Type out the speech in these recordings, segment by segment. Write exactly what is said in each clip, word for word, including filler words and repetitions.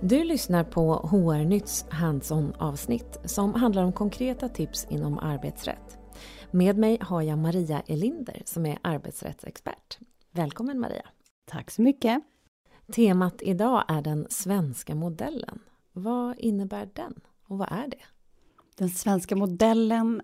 Du lyssnar på H R-nytts hands-on-avsnitt som handlar om konkreta tips inom arbetsrätt. Med mig har jag Maria Elinder som är arbetsrättsexpert. Välkommen Maria. Tack så mycket. Temat idag är den svenska modellen. Vad innebär den och vad är det? Den svenska modellen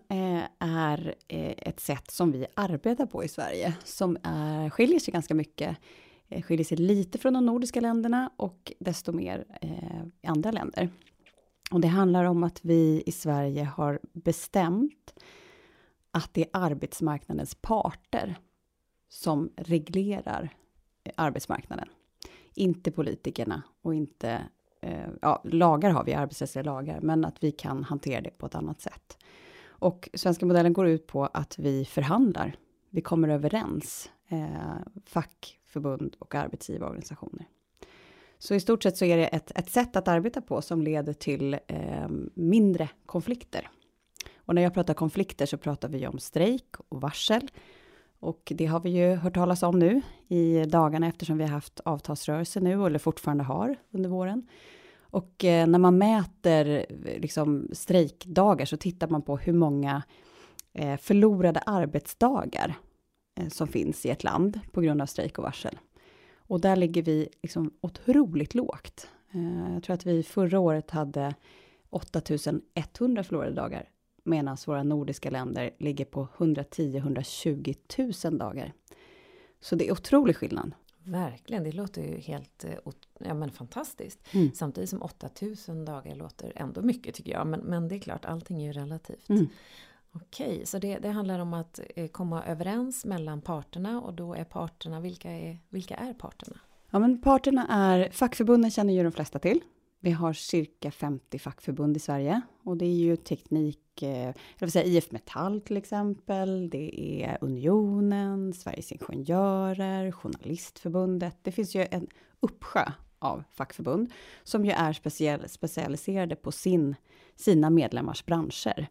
är ett sätt som vi arbetar på i Sverige som är, skiljer sig ganska mycket. Skiljer sig lite från de nordiska länderna och desto mer i andra länder. Och det handlar om att vi i Sverige har bestämt att det är arbetsmarknadens parter som reglerar arbetsmarknaden. Inte politikerna och inte, ja, lagar har vi, arbetsrättsliga lagar, men att vi kan hantera det på ett annat sätt. Och svenska modellen går ut på att vi förhandlar, vi kommer överens, eh, fackförbund och arbetsgivarorganisationer. Så i stort sett så är det ett, ett sätt att arbeta på som leder till eh, mindre konflikter. Och när jag pratar konflikter så pratar vi om strejk och varsel. Och det har vi ju hört talas om nu i dagarna eftersom vi har haft avtalsrörelse nu eller fortfarande har under våren. Och eh, när man mäter liksom, strejkdagar så tittar man på hur många eh, förlorade arbetsdagar eh, som finns i ett land på grund av strejk och varsel. Och där ligger vi liksom otroligt lågt. Eh, jag tror att vi förra året hade åtta tusen etthundra förlorade dagar. Medan våra nordiska länder ligger på hundratio till hundratjugo tusen dagar. Så det är otrolig skillnad. Verkligen, det låter ju helt ja, men fantastiskt. Mm. Samtidigt som åtta tusen dagar låter ändå mycket tycker jag. Men, men det är klart, allting är ju relativt. Mm. Okej, så det, det handlar om att eh, komma överens mellan parterna. Och då är parterna, vilka är, vilka är parterna? Ja, men parterna är, fackförbunden känner ju de flesta till. Vi har cirka femtio fackförbund i Sverige och det är ju teknik, eh, jag vill säga I F Metall till exempel, det är Unionen, Sveriges Ingenjörer, Journalistförbundet. Det finns ju en uppsjö av fackförbund som ju är speciell, specialiserade på sin, sina medlemmars branscher.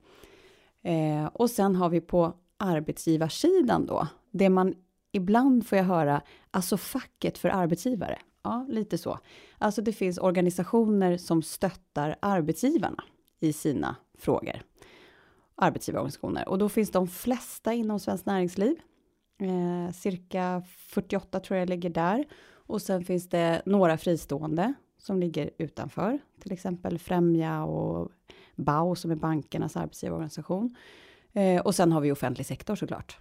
Eh, och sen har vi på arbetsgivarsidan då, det man ibland får jag höra, alltså facket för arbetsgivare. Ja, lite så. Alltså det finns organisationer som stöttar arbetsgivarna i sina frågor. Arbetsgivarorganisationer. Och då finns de flesta inom Svenskt Näringsliv. Eh, cirka fyrtioåtta tror jag ligger där. Och sen finns det några fristående som ligger utanför. Till exempel Främja och B A U som är bankernas arbetsgivarorganisation. Eh, och sen har vi offentlig sektor såklart.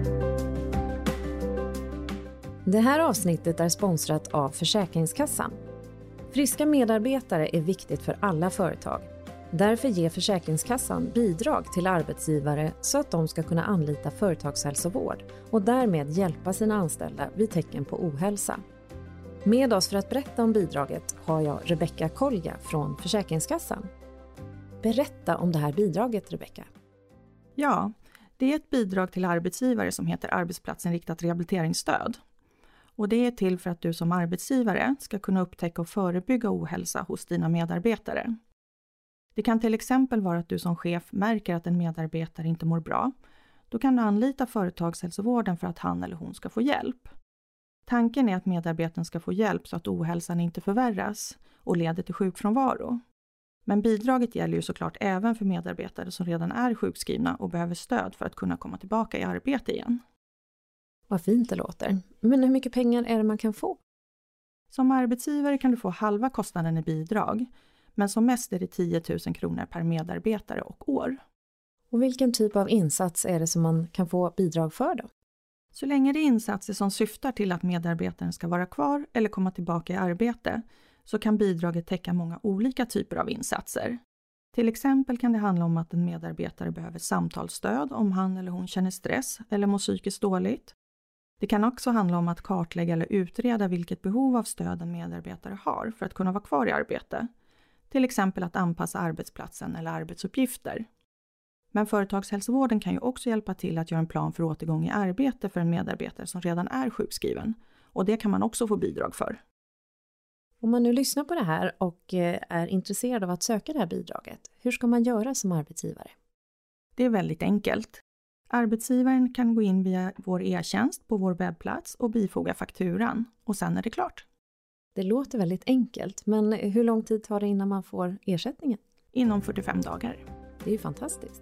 Det här avsnittet är sponsrat av Försäkringskassan. Friska medarbetare är viktigt för alla företag. Därför ger Försäkringskassan bidrag till arbetsgivare så att de ska kunna anlita företagshälsovård och därmed hjälpa sina anställda vid tecken på ohälsa. Med oss för att berätta om bidraget har jag Rebecka Kolja från Försäkringskassan. Berätta om det här bidraget, Rebecka. Ja, det är ett bidrag till arbetsgivare som heter arbetsplatsinriktat rehabiliteringsstöd. Och det är till för att du som arbetsgivare ska kunna upptäcka och förebygga ohälsa hos dina medarbetare. Det kan till exempel vara att du som chef märker att en medarbetare inte mår bra. Då kan du anlita företagshälsovården för att han eller hon ska få hjälp. Tanken är att medarbetaren ska få hjälp så att ohälsan inte förvärras och leder till sjukfrånvaro. Men bidraget gäller ju såklart även för medarbetare som redan är sjukskrivna och behöver stöd för att kunna komma tillbaka i arbete igen. Vad fint det låter. Men hur mycket pengar är det man kan få? Som arbetsgivare kan du få halva kostnaden i bidrag. Men som mest är det tio tusen kronor per medarbetare och år. Och vilken typ av insats är det som man kan få bidrag för då? Så länge det är insatser som syftar till att medarbetaren ska vara kvar eller komma tillbaka i arbete så kan bidraget täcka många olika typer av insatser. Till exempel kan det handla om att en medarbetare behöver samtalsstöd om han eller hon känner stress eller mår psykiskt dåligt. Det kan också handla om att kartlägga eller utreda vilket behov av stöd en medarbetare har för att kunna vara kvar i arbete. Till exempel att anpassa arbetsplatsen eller arbetsuppgifter. Men företagshälsovården kan ju också hjälpa till att göra en plan för återgång i arbete för en medarbetare som redan är sjukskriven. Och det kan man också få bidrag för. Om man nu lyssnar på det här och är intresserad av att söka det här bidraget, hur ska man göra som arbetsgivare? Det är väldigt enkelt. Arbetsgivaren kan gå in via vår e-tjänst på vår webbplats och bifoga fakturan och sen är det klart. Det låter väldigt enkelt, men hur lång tid tar det innan man får ersättningen? Inom fyrtiofem dagar. Det är ju fantastiskt.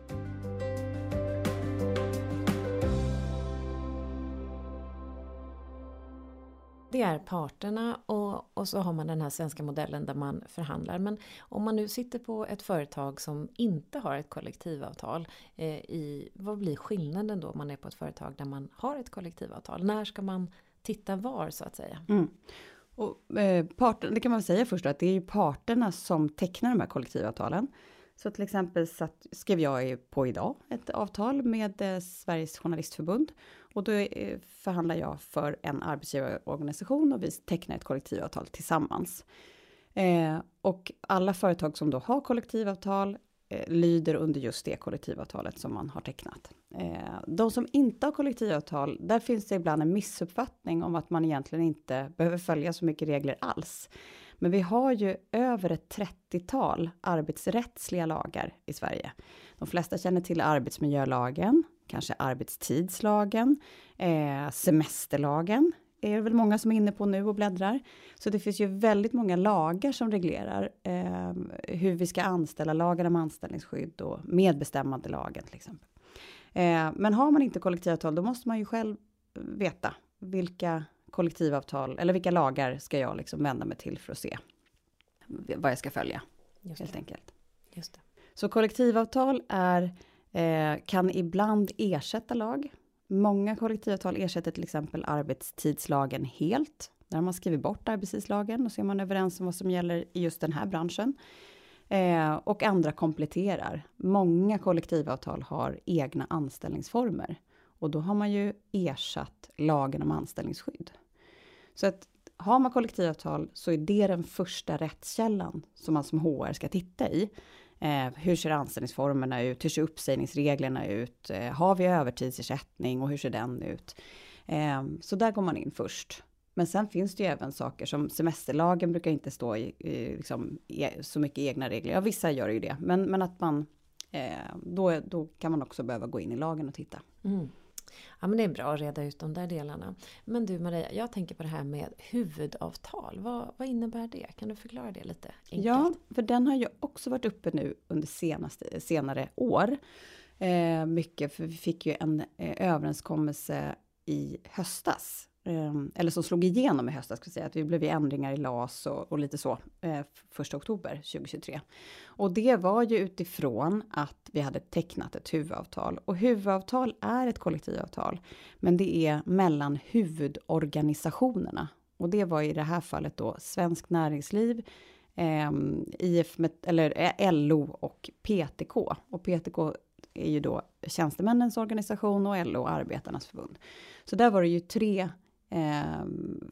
Det är parterna och, och så har man den här svenska modellen där man förhandlar. Men om man nu sitter på ett företag som inte har ett kollektivavtal, eh, i, vad blir skillnaden då om man är på ett företag där man har ett kollektivavtal? När ska man titta var så att säga? Mm. Och, eh, parten, det kan man väl säga först då, att det är ju parterna som tecknar de här kollektivavtalen. Så till exempel satt, skrev jag på idag ett avtal med eh, Sveriges journalistförbund. Och då eh, förhandlar jag för en arbetsgivarorganisation och vi tecknar ett kollektivavtal tillsammans. Eh, och alla företag som då har kollektivavtal eh, lyder under just det kollektivavtalet som man har tecknat. Eh, de som inte har kollektivavtal, där finns det ibland en missuppfattning om att man egentligen inte behöver följa så mycket regler alls. Men vi har ju över ett trettiotal arbetsrättsliga lagar i Sverige. De flesta känner till arbetsmiljölagen, kanske arbetstidslagen, eh, semesterlagen är det väl många som är inne på nu och bläddrar. Så det finns ju väldigt många lagar som reglerar eh, hur vi ska anställa, lagar om anställningsskydd och medbestämmandelagen till exempel. Eh, men har man inte kollektivavtal, då måste man ju själv veta vilka kollektivavtal eller vilka lagar ska jag liksom vända mig till för att se vad jag ska följa. Just helt det. enkelt. Just det. Så kollektivavtal är, eh, kan ibland ersätta lag. Många kollektivavtal ersätter till exempel arbetstidslagen helt. Där har man skrivit bort arbetstidslagen och så är man överens om vad som gäller i just den här branschen. Eh, och andra kompletterar. Många kollektivavtal har egna anställningsformer. Och då har man ju ersatt lagen om anställningsskydd. Så att har man kollektivavtal så är det den första rättskällan som man som H R ska titta i. Eh, hur ser anställningsformerna ut? Hur ser uppsägningsreglerna ut? Eh, har vi övertidsersättning och hur ser den ut? Eh, så där går man in först. Men sen finns det ju även saker som semesterlagen brukar inte stå i, i liksom, e, så mycket egna regler. Ja, vissa gör ju det. Men, men att man, eh, då, då kan man också behöva gå in i lagen och titta. Mm. Ja, men det är bra att reda ut de där delarna. Men du Maria, jag tänker på det här med huvudavtal. Vad, vad innebär det? Kan du förklara det lite enkelt? Ja, för den har ju också varit uppe nu under senaste, senare år. Eh, mycket, för vi fick ju en eh, överenskommelse i höstas. Eh, eller som slog igenom i höstas, ska jag säga. Att vi blev ändringar i L A S och, och lite så. Eh, första oktober tjugohundratjugotre. Och det var ju utifrån att vi hade tecknat ett huvudavtal. Och huvudavtal är ett kollektivavtal. Men det är mellan huvudorganisationerna. Och det var i det här fallet då Svensk Näringsliv, eh, I F, eller L O och P T K. Och P T K är ju då tjänstemännens organisation och L O arbetarnas förbund. Så där var det ju tre eh,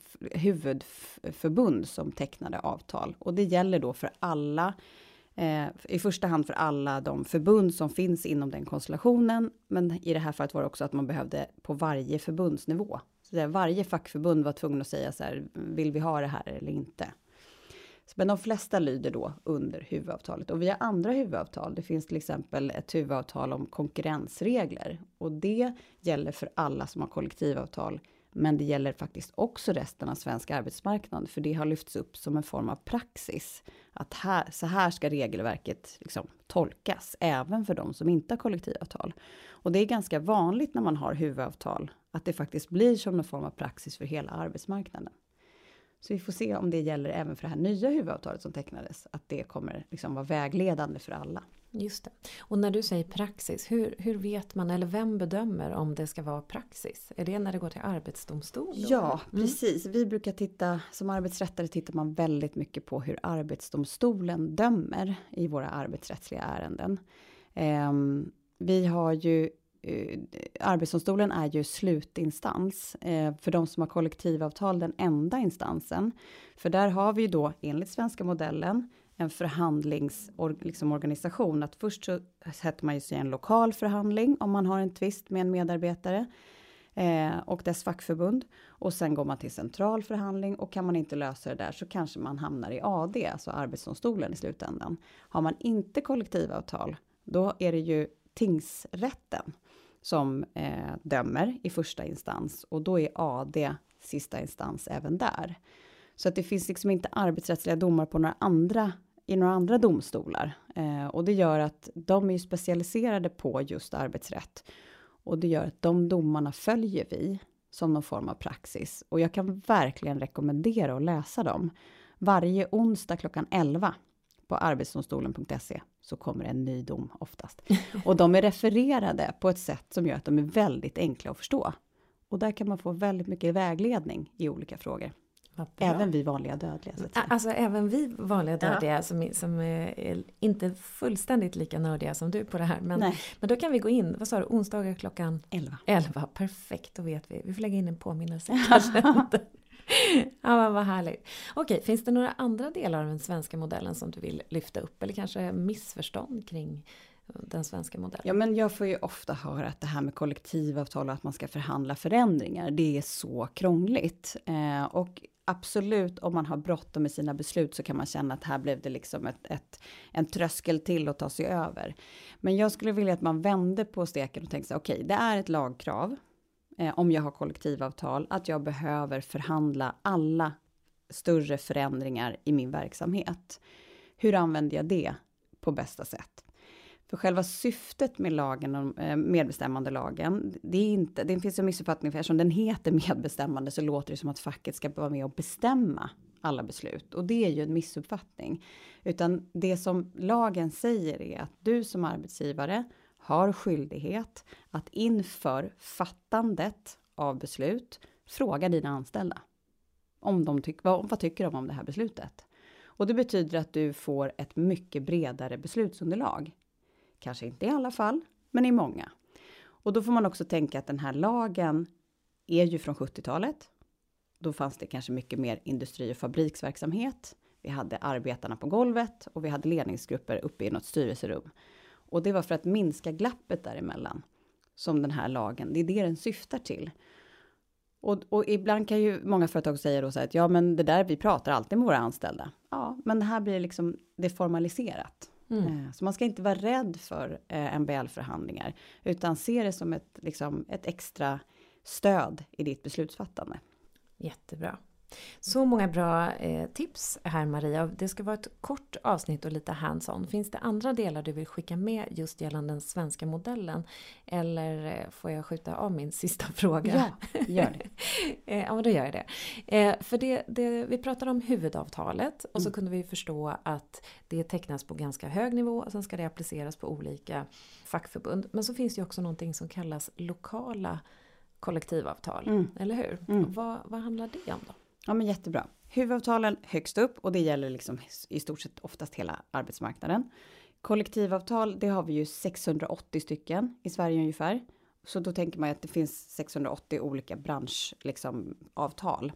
huvudförbund som tecknade avtal. Och det gäller då för alla, eh, i första hand för alla de förbund som finns inom den konstellationen. Men i det här fallet var det också att man behövde på varje förbundsnivå. Så där varje fackförbund var tvungen att säga så här, vill vi ha det här eller inte? Men de flesta lyder då under huvudavtalet. Och vi har andra huvudavtal. Det finns till exempel ett huvudavtal om konkurrensregler. Och det gäller för alla som har kollektivavtal. Men det gäller faktiskt också resten av svensk arbetsmarknad. För det har lyfts upp som en form av praxis. Att här, så här ska regelverket liksom tolkas. Även för de som inte har kollektivavtal. Och det är ganska vanligt när man har huvudavtal. Att det faktiskt blir som en form av praxis för hela arbetsmarknaden. Så vi får se om det gäller även för det här nya huvudavtalet som tecknades. Att det kommer liksom vara vägledande för alla. Just det. Och när du säger praxis, hur, hur vet man eller vem bedömer om det ska vara praxis? Är det när det går till arbetsdomstol? Ja, mm. precis. Vi brukar titta, som arbetsrättare tittar man väldigt mycket på hur arbetsdomstolen dömer i våra arbetsrättsliga ärenden. Um, vi har ju Uh, Arbetsdomstolen är ju slutinstans uh, för de som har kollektivavtal, den enda instansen. För där har vi ju då enligt svenska modellen en förhandlingsorganisation. Liksom att först så sätter man ju sig en lokal förhandling om man har en tvist med en medarbetare uh, och dess fackförbund. Och sen går man till central förhandling och kan man inte lösa det där så kanske man hamnar i A D, alltså Arbetsdomstolen i slutändan. Har man inte kollektivavtal, då är det ju tingsrätten som eh, dömer i första instans och då är A D sista instans även där. Så att det finns liksom inte arbetsrättsliga domar på några andra, i några andra domstolar. Eh, och det gör att de är ju specialiserade på just arbetsrätt. Och det gör att de domarna följer vi som någon form av praxis. Och jag kan verkligen rekommendera att läsa dem. Varje onsdag klockan elva på arbetsdomstolen punkt se så kommer en ny dom oftast. Och de är refererade på ett sätt som gör att de är väldigt enkla att förstå. Och där kan man få väldigt mycket vägledning i olika frågor. Även vi vanliga dödliga. Så att säga. Alltså även vi vanliga dödliga ja. som, som är inte fullständigt lika nördiga som du på det här. Men, men då kan vi gå in, vad sa du, onsdagar klockan elva. elva, perfekt, då vet vi. Vi får lägga in en påminnelse. Ja, vad härligt. Okej, finns det några andra delar av den svenska modellen som du vill lyfta upp? Eller kanske missförstånd kring den svenska modellen? Ja, men jag får ju ofta höra att det här med kollektivavtal och att man ska förhandla förändringar, det är så krångligt. Eh, och absolut, om man har bråttom med sina beslut så kan man känna att här blev det liksom ett, ett, en tröskel till att ta sig över. Men jag skulle vilja att man vände på steken och tänkte sig, okej, okay, det är ett lagkrav. Om jag har kollektivavtal, att jag behöver förhandla alla större förändringar i min verksamhet. Hur använder jag det på bästa sätt? För själva syftet med lagen, medbestämmande lagen, det är inte, det finns en missuppfattning, för eftersom den heter medbestämmande så låter det som att facket ska vara med och bestämma alla beslut. Och det är ju en missuppfattning. Utan det som lagen säger är att du som arbetsgivare har skyldighet att inför fattandet av beslut fråga dina anställda om de tyck, vad, vad tycker de om det här beslutet. Och det betyder att du får ett mycket bredare beslutsunderlag. Kanske inte i alla fall, men i många. Och då får man också tänka att den här lagen är ju från sjuttiotalet. Då fanns det kanske mycket mer industri- och fabriksverksamhet. Vi hade arbetarna på golvet och vi hade ledningsgrupper uppe i något styrelserum. Och det var för att minska glappet däremellan som den här lagen, det är det den syftar till. Och, och ibland kan ju många företag säga då så här att ja, men det där vi pratar alltid med våra anställda. Ja, men det här blir liksom det formaliserat. Mm. Så man ska inte vara rädd för eh, M B L-förhandlingar utan se det som ett, liksom, ett extra stöd i ditt beslutsfattande. Jättebra. Så många bra eh, tips här, Maria. Det ska vara ett kort avsnitt och lite hands-on. Finns det andra delar du vill skicka med just gällande den svenska modellen? Eller eh, får jag skjuta av min sista fråga? Ja, gör det. eh, ja, men då gör jag det. Eh, för det, det, vi pratar om huvudavtalet och mm. så kunde vi förstå att det tecknas på ganska hög nivå och sen ska det appliceras på olika fackförbund. Men så finns det ju också någonting som kallas lokala kollektivavtal, mm. eller hur? Mm. Vad, vad handlar det om då? Ja, men jättebra. Huvudavtalen högst upp och det gäller liksom i stort sett oftast hela arbetsmarknaden. Kollektivavtal, det har vi ju sexhundraåttio stycken i Sverige ungefär. Så då tänker man att det finns sexhundraåttio olika branschavtal. Liksom, avtal.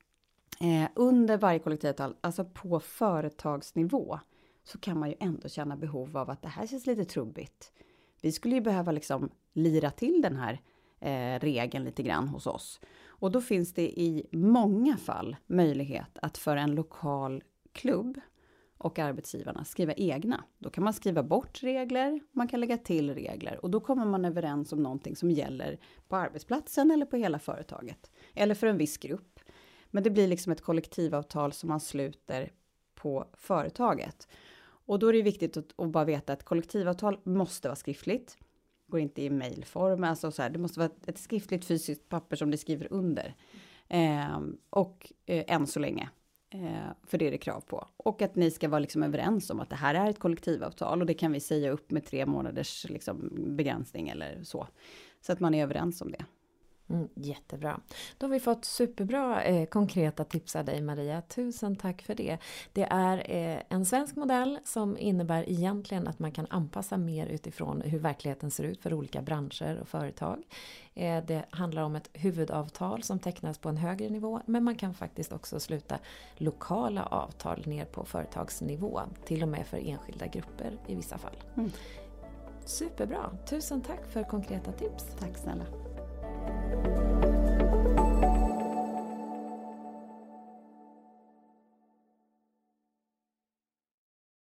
eh, under varje kollektivavtal, alltså på företagsnivå, så kan man ju ändå känna behov av att det här känns lite trubbigt. Vi skulle ju behöva liksom lira till den här eh, regeln lite grann hos oss. Och då finns det i många fall möjlighet att för en lokal klubb och arbetsgivarna skriva egna. Då kan man skriva bort regler, man kan lägga till regler. Och då kommer man överens om någonting som gäller på arbetsplatsen eller på hela företaget. Eller för en viss grupp. Men det blir liksom ett kollektivavtal som man sluter på företaget. Och då är det viktigt att, att bara veta att kollektivavtal måste vara skriftligt. Går inte i mejlform, alltså så här, det måste vara ett skriftligt fysiskt papper som det skriver under. Eh, och eh, än så länge, eh, för det är det krav på. Och att ni ska vara liksom överens om att det här är ett kollektivavtal och det kan vi säga upp med tre månaders liksom, begränsning eller så. Så att man är överens om det. Mm, jättebra. Då har vi fått superbra eh, konkreta tips av dig, Maria. Tusen tack för det. Det är eh, en svensk modell som innebär egentligen att man kan anpassa mer utifrån hur verkligheten ser ut för olika branscher och företag. Eh, det handlar om ett huvudavtal som tecknas på en högre nivå, men man kan faktiskt också sluta lokala avtal ner på företagsnivå, till och med för enskilda grupper i vissa fall. Mm. Superbra. Tusen tack för konkreta tips. Tack snälla.